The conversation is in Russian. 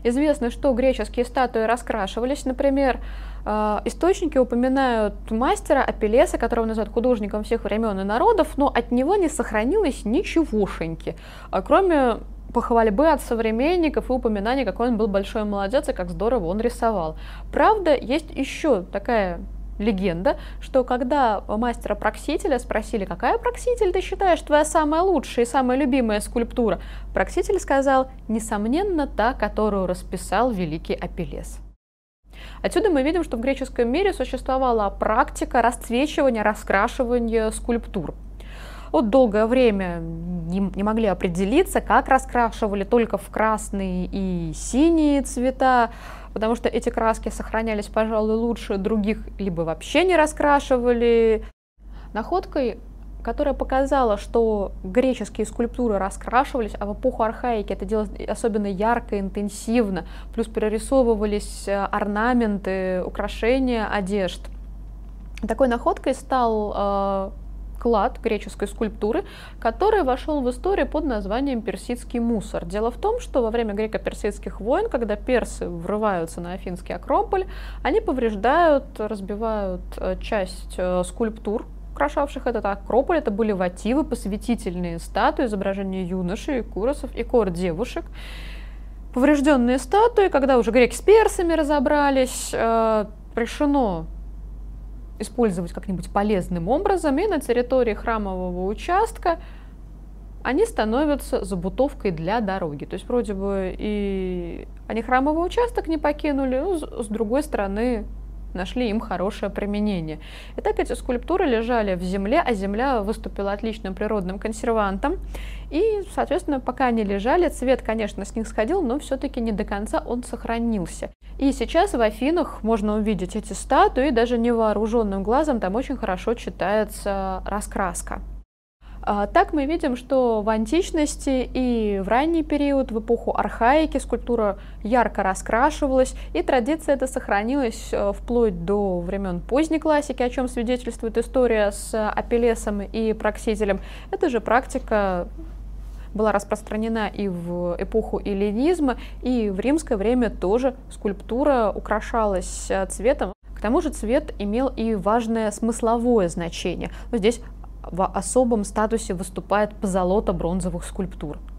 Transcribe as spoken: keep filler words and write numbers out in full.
Известно, что греческие статуи раскрашивались. Например, источники упоминают мастера Апеллеса, которого называют художником всех времен и народов, но от него не сохранилось ничегошеньки, кроме похвальбы от современников и упоминаний, какой он был большой молодец и как здорово он рисовал. Правда, есть еще такая легенда, что когда мастера Проксителя спросили, какая, Прокситель, ты считаешь твоя самая лучшая и самая любимая скульптура, Прокситель сказал, несомненно, та, которую расписал великий Апеллес. Отсюда мы видим, что в греческом мире существовала практика расцвечивания, раскрашивания скульптур. Вот долгое время не, не могли определиться, как раскрашивали, только в красные и синие цвета, потому что эти краски сохранялись, пожалуй, лучше других, либо вообще не раскрашивали. Находкой, которая показала, что греческие скульптуры раскрашивались, а в эпоху архаики это делалось особенно ярко, интенсивно, плюс перерисовывались орнаменты, украшения одежд. Такой находкой стал э, клад греческой скульптуры, который вошел в историю под названием персидский мусор. Дело в том, что во время греко-персидских войн, когда персы врываются на Афинский Акрополь, они повреждают, разбивают часть скульптур, украшавших этот Акрополь. Это были вативы, посвятительные статуи, изображения юношей, куросов и кор девушек. Поврежденные статуи, когда уже греки с персами разобрались, э, решено использовать как-нибудь полезным образом, и на территории храмового участка они становятся забутовкой для дороги. То есть вроде бы и они храмовый участок не покинули, но с другой стороны нашли им хорошее применение. Итак, эти скульптуры лежали в земле, а земля выступила отличным природным консервантом. И, соответственно, пока они лежали, цвет, конечно, с них сходил, но все-таки не до конца он сохранился. И сейчас в Афинах можно увидеть эти статуи, и даже невооруженным глазом там очень хорошо читается раскраска. Так мы видим, что в античности и в ранний период, в эпоху архаики, скульптура ярко раскрашивалась, и традиция эта сохранилась вплоть до времен поздней классики, о чем свидетельствует история с Апеллесом и Проксителем. Эта же практика была распространена и в эпоху эллинизма, и в римское время тоже скульптура украшалась цветом. К тому же цвет имел и важное смысловое значение. Вот здесь в особом статусе выступает позолота бронзовых скульптур.